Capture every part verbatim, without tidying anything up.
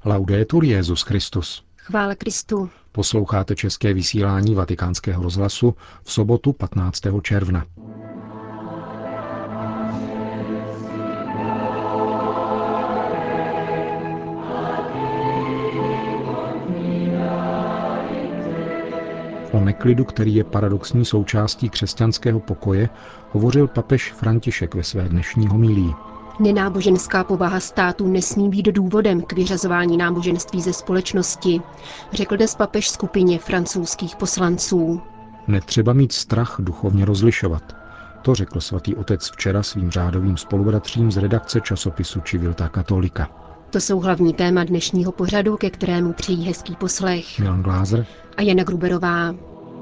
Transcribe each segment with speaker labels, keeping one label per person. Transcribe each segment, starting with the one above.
Speaker 1: Laudetur Jesus Christus.
Speaker 2: Chvála Kristu.
Speaker 1: Posloucháte české vysílání Vatikánského rozhlasu v sobotu patnáctého června. O neklidu, který je paradoxní součástí křesťanského pokoje, hovořil papež František ve své dnešní homilii.
Speaker 2: Nenáboženská povaha státu nesmí být důvodem k vyřazování náboženství ze společnosti, řekl dnes papež skupině francouzských poslanců.
Speaker 1: Netřeba mít strach duchovně rozlišovat. To řekl svatý otec včera svým řádovým spolubratřím z redakce časopisu Civiltà Cattolica.
Speaker 2: To jsou hlavní téma dnešního pořadu, ke kterému přejí hezký poslech
Speaker 1: Milan Glázer
Speaker 2: a Jana Gruberová.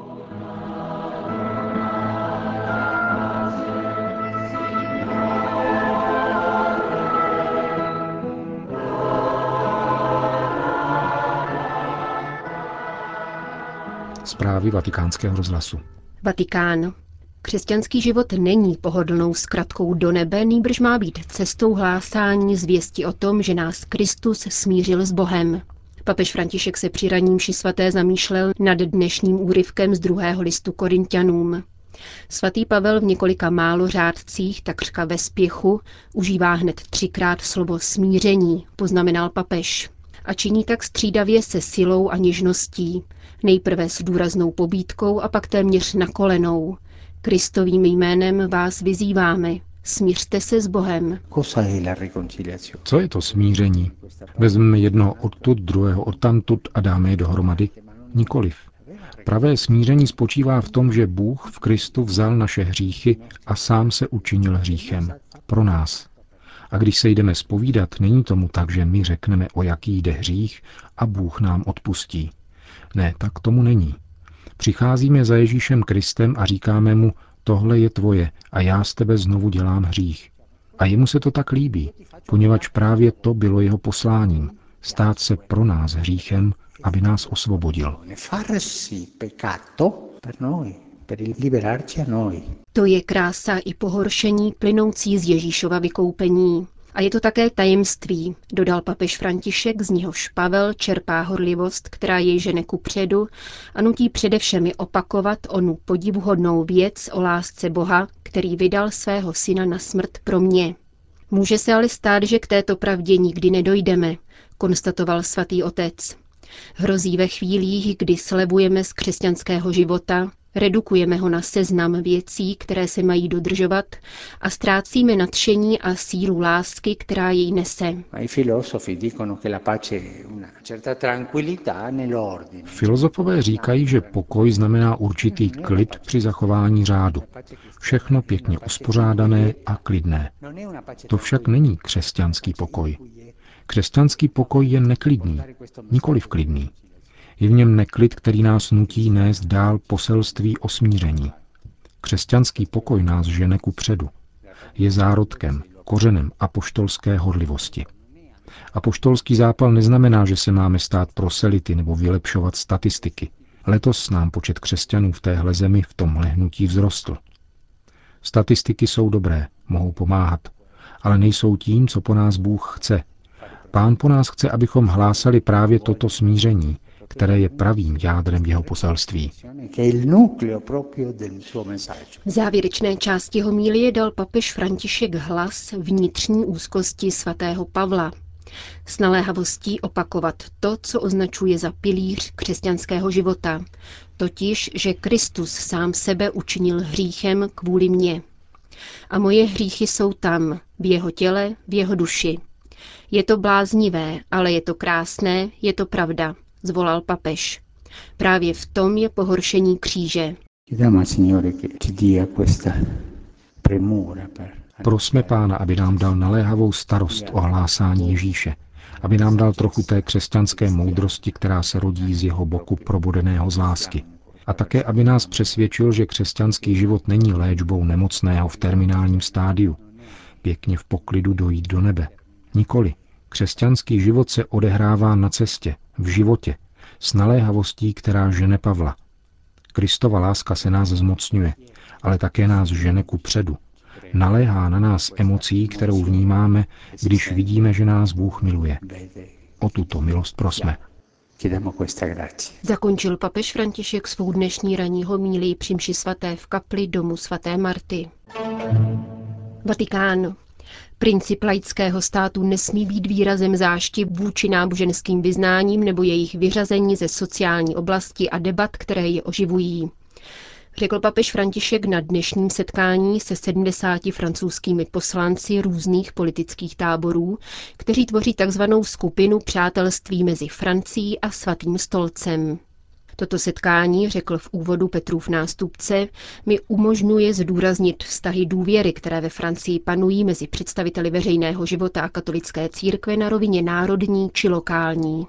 Speaker 1: Zprávy Vatikánského rozhlasu.
Speaker 2: Vatikán. Křesťanský život není pohodlnou zkratkou do nebe, nýbrž má být cestou hlásání zvěsti o tom, že nás Kristus smířil s Bohem. Papež František se při ranní mši svaté zamýšlel nad dnešním úryvkem z druhého listu Korinťanům. Svatý Pavel v několika málo řádcích, takřka ve spěchu, užívá hned třikrát slovo smíření, poznamenal papež. A činí tak střídavě se silou a něžností, nejprve s důraznou pobídkou a pak téměř na kolenou. Kristovým jménem vás vyzýváme, smířte se s Bohem.
Speaker 1: Co je to smíření? Vezmeme jednoho odtud, druhého odtamtud a dáme je dohromady? Nikoliv. Pravé smíření spočívá v tom, že Bůh v Kristu vzal naše hříchy a sám se učinil hříchem. Pro nás. A když se jdeme zpovídat, není tomu tak, že my řekneme, o jaký jde hřích a Bůh nám odpustí. Ne, tak tomu není. Přicházíme za Ježíšem Kristem a říkáme mu, tohle je tvoje a já z tebe znovu dělám hřích. A jemu se to tak líbí, poněvadž právě to bylo jeho posláním, stát se pro nás hříchem, aby nás osvobodil.
Speaker 2: To je krása i pohoršení plynoucí z Ježíšova vykoupení. A je to také tajemství, dodal papež František, z něhož Pavel čerpá horlivost, která jej žene kupředu a nutí především opakovat onu podivuhodnou věc o lásce Boha, který vydal svého syna na smrt pro mě. Může se ale stát, že k této pravdě nikdy nedojdeme, konstatoval svatý otec. Hrozí ve chvílích, kdy slevujeme z křesťanského života, redukujeme ho na seznam věcí, které se mají dodržovat a ztrácíme nadšení a sílu lásky, která jej nese.
Speaker 1: Filozofové říkají, že pokoj znamená určitý klid při zachování řádu. Všechno pěkně uspořádané a klidné. To však není křesťanský pokoj. Křesťanský pokoj je neklidný, nikoliv klidný. Je v něm neklid, který nás nutí nést dál poselství o smíření. Křesťanský pokoj nás žene kupředu. Je zárodkem, kořenem apoštolské horlivosti. Apoštolský zápal neznamená, že se máme stát proselity nebo vylepšovat statistiky. Letos nám počet křesťanů v téhle zemi v tomhle hnutí vzrostl. Statistiky jsou dobré, mohou pomáhat, ale nejsou tím, co po nás Bůh chce. Pán po nás chce, abychom hlásali právě toto smíření, které je pravým jádrem jeho poselství.
Speaker 2: V závěrečné části homilie dal papež František hlas vnitřní úzkosti svatého Pavla. S naléhavostí opakovat to, co označuje za pilíř křesťanského života, totiž, že Kristus sám sebe učinil hříchem kvůli mně. A moje hříchy jsou tam, v jeho těle, v jeho duši. Je to bláznivé, ale je to krásné, je to pravda, zvolal papež. Právě v tom je pohoršení kříže.
Speaker 1: Prosme Pána, aby nám dal naléhavou starost o hlásání Ježíše, aby nám dal trochu té křesťanské moudrosti, která se rodí z jeho boku probudeného z lásky. A také, aby nás přesvědčil, že křesťanský život není léčbou nemocného v terminálním stádiu, pěkně v poklidu dojít do nebe. Nikoli. Křesťanský život se odehrává na cestě, v životě, s naléhavostí, která žene Pavla. Kristova láska se nás zmocňuje, ale také nás žene kupředu. Naléhá na nás emocí, kterou vnímáme, když vidíme, že nás Bůh miluje. O tuto milost prosme.
Speaker 2: Zakončil papež František svou dnešní ranní homílii při mši svaté v kapli domu svaté Marty. Vatikán. Princip laického státu nesmí být výrazem zášti vůči náboženským vyznáním nebo jejich vyřazení ze sociální oblasti a debat, které je oživují. Řekl papež František na dnešním setkání se sedmdesáti francouzskými poslanci různých politických táborů, kteří tvoří takzvanou skupinu přátelství mezi Francií a Svatým stolcem. Toto setkání, řekl v úvodu Petrův nástupce, mi umožňuje zdůraznit vztahy důvěry, které ve Francii panují mezi představiteli veřejného života a katolické církve na rovině národní či lokální.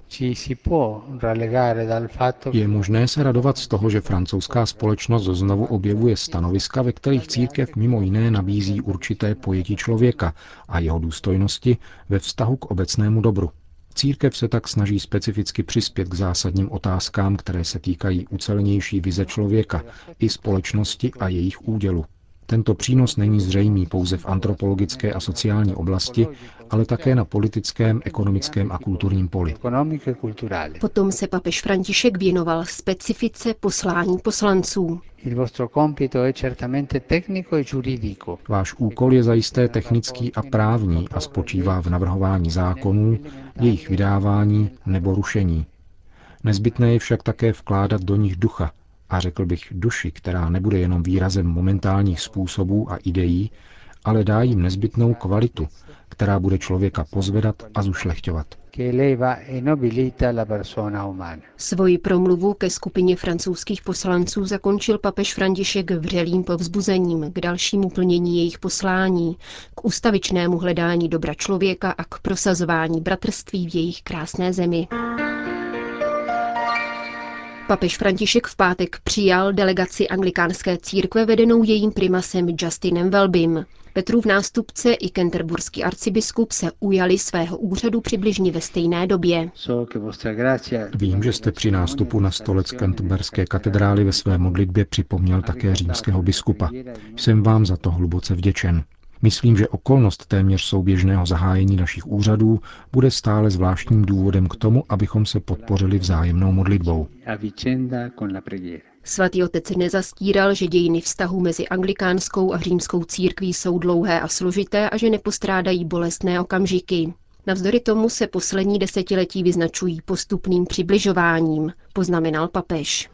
Speaker 1: Je možné se radovat z toho, že francouzská společnost znovu objevuje stanoviska, ve kterých církev mimo jiné nabízí určité pojetí člověka a jeho důstojnosti ve vztahu k obecnému dobru. Církev se tak snaží specificky přispět k zásadním otázkám, které se týkají ucelenější vize člověka i společnosti a jejich údělu. Tento přínos není zřejmý pouze v antropologické a sociální oblasti, ale také na politickém, ekonomickém a kulturním poli.
Speaker 2: Potom se papež František věnoval specifice poslání poslanců.
Speaker 1: Váš úkol je zajisté technický a právní a spočívá v navrhování zákonů, jejich vydávání nebo rušení. Nezbytné je však také vkládat do nich ducha, a řekl bych duši, která nebude jenom výrazem momentálních způsobů a ideí, ale dá jim nezbytnou kvalitu, která bude člověka pozvedat a zušlechťovat.
Speaker 2: Svoji promluvu ke skupině francouzských poslanců zakončil papež František vřelým povzbuzením k dalšímu plnění jejich poslání, k ustavičnému hledání dobra člověka a k prosazování bratrství v jejich krásné zemi. Papež František v pátek přijal delegaci anglikánské církve vedenou jejím primasem Justinem Welbym. Petrův nástupce i canterburský arcibiskup se ujali svého úřadu přibližně ve stejné době.
Speaker 1: Vím, že jste při nástupu na stolec Canterburské katedrály ve své modlitbě připomněl také římského biskupa. Jsem vám za to hluboce vděčen. Myslím, že okolnost téměř souběžného zahájení našich úřadů bude stále zvláštním důvodem k tomu, abychom se podpořili vzájemnou modlitbou.
Speaker 2: Svatý otec nezastíral, že dějiny vztahu mezi anglikánskou a římskou církví jsou dlouhé a složité a že nepostrádají bolestné okamžiky. Navzdory tomu se poslední desetiletí vyznačují postupným přibližováním, poznamenal papež.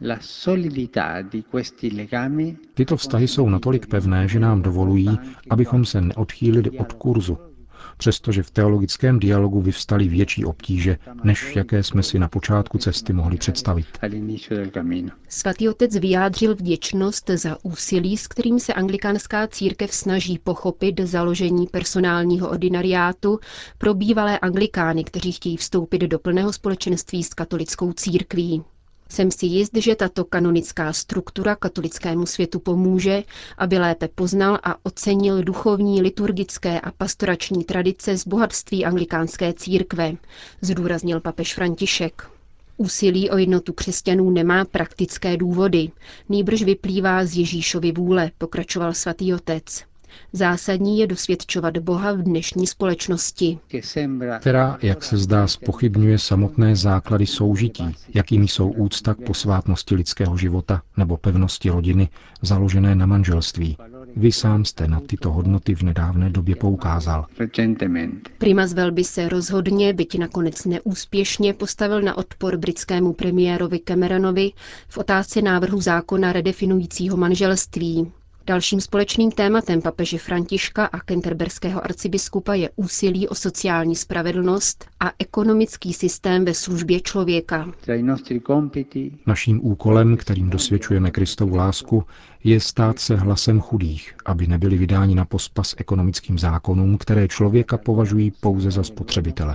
Speaker 1: Tyto vztahy jsou natolik pevné, že nám dovolují, abychom se neodchýlili od kurzu, přestože v teologickém dialogu vyvstaly větší obtíže, než jaké jsme si na počátku cesty mohli představit.
Speaker 2: Svatý otec vyjádřil vděčnost za úsilí, s kterým se anglikánská církev snaží pochopit založení personálního ordinariátu pro bývalé anglikány, kteří chtějí vstoupit do plného společenství s katolickou církví. Jsem si jist, že tato kanonická struktura katolickému světu pomůže, aby lépe poznal a ocenil duchovní, liturgické a pastorační tradice z bohatství anglikánské církve, zdůraznil papež František. Úsilí o jednotu křesťanů nemá praktické důvody, nýbrž vyplývá z Ježíšovy vůle, pokračoval svatý otec. Zásadní je dosvědčovat Boha v dnešní společnosti,
Speaker 1: která, jak se zdá, zpochybňuje samotné základy soužití, jakými jsou úcta k posvátnosti lidského života nebo pevnosti rodiny, založené na manželství. Vy sám jste na tyto hodnoty v nedávné době poukázal.
Speaker 2: Primas Welby se rozhodně, byť nakonec neúspěšně, postavil na odpor britskému premiérovi Cameronovi v otázce návrhu zákona redefinujícího manželství. Dalším společným tématem papeže Františka a canterburského arcibiskupa je úsilí o sociální spravedlnost a ekonomický systém ve službě člověka.
Speaker 1: Naším úkolem, kterým dosvědčujeme Kristovu lásku, je stát se hlasem chudých, aby nebyli vydáni na pospas ekonomickým zákonům, které člověka považují pouze za spotřebitele.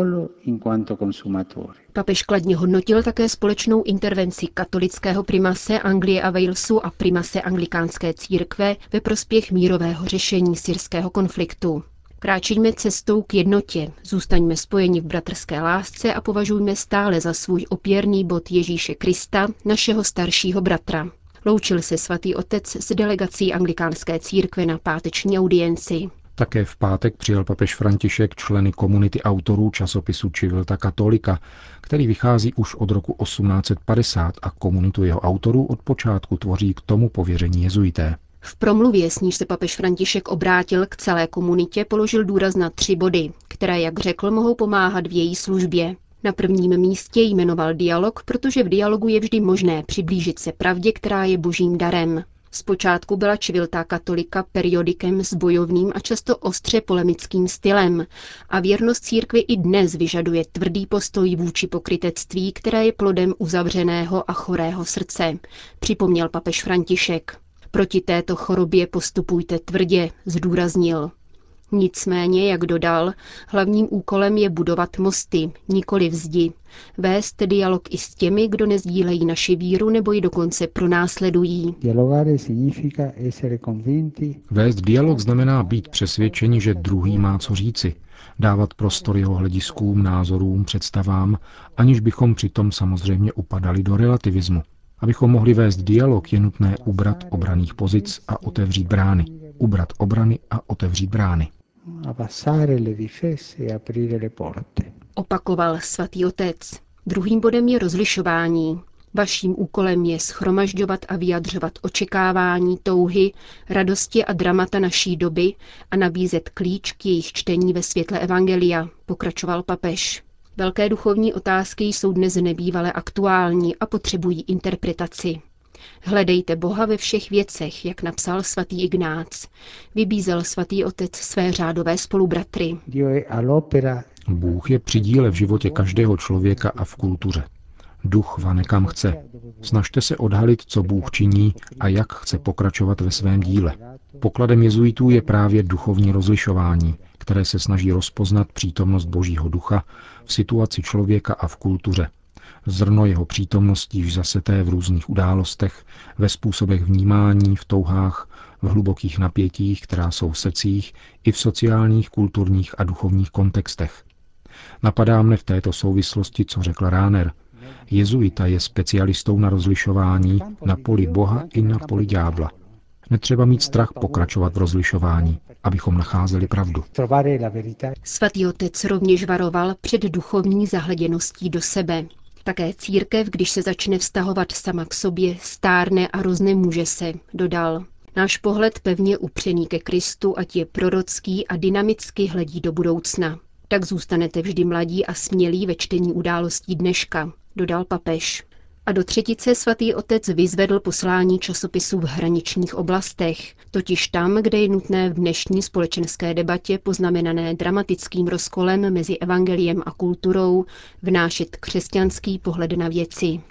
Speaker 2: Papež kladně hodnotil také společnou intervenci katolického primase Anglie a Walesu a primase anglikánské církve ve prospěch mírového řešení syrského konfliktu. Kráčíme cestou k jednotě, zůstaňme spojeni v bratrské lásce a považujme stále za svůj opěrný bod Ježíše Krista, našeho staršího bratra. Loučil se svatý otec s delegací anglikánské církve na páteční audienci.
Speaker 1: Také v pátek přijal papež František členy komunity autorů časopisu Civiltà Cattolica, který vychází už od roku osmnáct padesát a komunitu jeho autorů od počátku tvoří k tomu pověření jezuité.
Speaker 2: V promluvě, s níž se papež František obrátil k celé komunitě, položil důraz na tři body, které, jak řekl, mohou pomáhat v její službě. Na prvním místě jmenoval dialog, protože v dialogu je vždy možné přiblížit se pravdě, která je božím darem. Zpočátku byla Civiltà Cattolica periodikem s bojovným a často ostře polemickým stylem a věrnost církvi i dnes vyžaduje tvrdý postoj vůči pokrytectví, které je plodem uzavřeného a chorého srdce, připomněl papež František. Proti této chorobě postupujte tvrdě, zdůraznil. Nicméně, jak dodal, hlavním úkolem je budovat mosty, nikoli zdi, vést dialog i s těmi, kdo nezdílejí naši víru nebo ji dokonce pronásledují.
Speaker 1: Vést dialog znamená být přesvědčeni, že druhý má co říci, dávat prostor jeho hlediskům, názorům, představám, aniž bychom přitom samozřejmě upadali do relativismu. Abychom mohli vést dialog, je nutné ubrat obranných pozic a otevřít brány. Ubrat obrany a otevřít brány.
Speaker 2: Opakoval svatý otec. Druhým bodem je rozlišování. Vaším úkolem je shromažďovat a vyjadřovat očekávání, touhy, radosti a dramata naší doby a nabízet klíč k jejich čtení ve světle evangelia, pokračoval papež. Velké duchovní otázky jsou dnes nebývale aktuální a potřebují interpretaci. Hledejte Boha ve všech věcech, jak napsal svatý Ignác. Vybízel svatý otec své řádové spolubratry.
Speaker 1: Bůh je při díle v životě každého člověka a v kultuře. Duch vane kam chce. Snažte se odhalit, co Bůh činí a jak chce pokračovat ve svém díle. Pokladem jezuitů je právě duchovní rozlišování, které se snaží rozpoznat přítomnost Božího ducha v situaci člověka a v kultuře. Zrno jeho přítomnosti již zaseté v různých událostech, ve způsobech vnímání, v touhách, v hlubokých napětích, která jsou v srdcích, i v sociálních, kulturních a duchovních kontextech. Napadá mne v této souvislosti, co řekl Rahner. Jezuita je specialistou na rozlišování na poli Boha i na poli ďábla. Netřeba mít strach pokračovat v rozlišování, abychom nacházeli pravdu.
Speaker 2: Svatý otec rovněž varoval před duchovní zahleděností do sebe. Také církev, když se začne vztahovat sama k sobě, stárne a roznemůže se, dodal. Náš pohled pevně upřený ke Kristu, ať je prorocký a dynamicky hledí do budoucna. Tak zůstanete vždy mladí a smělí ve čtení událostí dneška, dodal papež. A do třetice svatý otec vyzvedl poslání časopisů v hraničních oblastech, totiž tam, kde je nutné v dnešní společenské debatě poznamenané dramatickým rozkolem mezi evangeliem a kulturou vnášet křesťanský pohled na věci.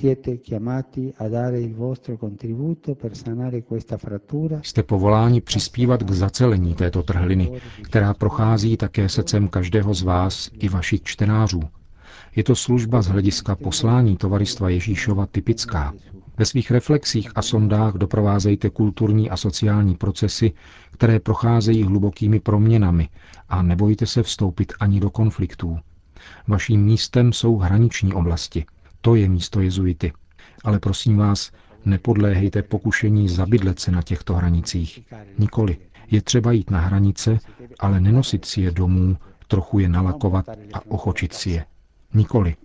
Speaker 1: Jste povoláni přispívat k zacelení této trhliny, která prochází také srdcem každého z vás i vašich čtenářů. Je to služba z hlediska poslání Tovaristva Ježíšova typická. Ve svých reflexích a sondách doprovázejte kulturní a sociální procesy, které procházejí hlubokými proměnami a nebojte se vstoupit ani do konfliktů. Vaším místem jsou hraniční oblasti. To je místo jezuity. Ale prosím vás, nepodléhejte pokušení zabydlet se na těchto hranicích. Nikoli. Je třeba jít na hranice, ale nenosit si je domů, trochu je nalakovat a ochočit si je. Nikoli.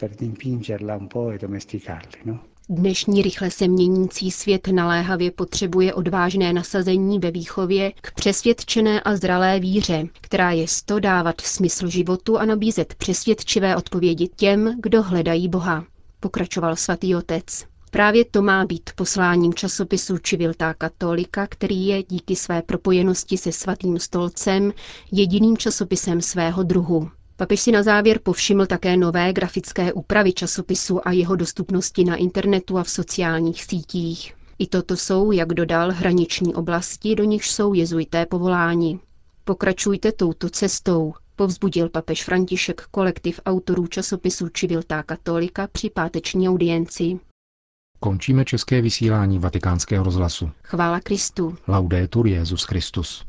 Speaker 2: Dnešní rychle se měnící svět naléhavě potřebuje odvážné nasazení ve výchově k přesvědčené a zralé víře, která je sto dávat smysl životu a nabízet přesvědčivé odpovědi těm, kdo hledají Boha, pokračoval svatý otec. Právě to má být posláním časopisu Civiltà Cattolica, který je díky své propojenosti se svatým stolcem jediným časopisem svého druhu. Papež si na závěr povšiml také nové grafické úpravy časopisu a jeho dostupnosti na internetu a v sociálních sítích. I toto jsou, jak dodal, hraniční oblasti, do nichž jsou jezuité povoláni. Pokračujte touto cestou, povzbudil papež František kolektiv autorů časopisu Civiltà Cattolica při páteční audienci.
Speaker 1: Končíme české vysílání Vatikánského rozhlasu.
Speaker 2: Chvála Kristu.
Speaker 1: Laudetur Jesus Christus.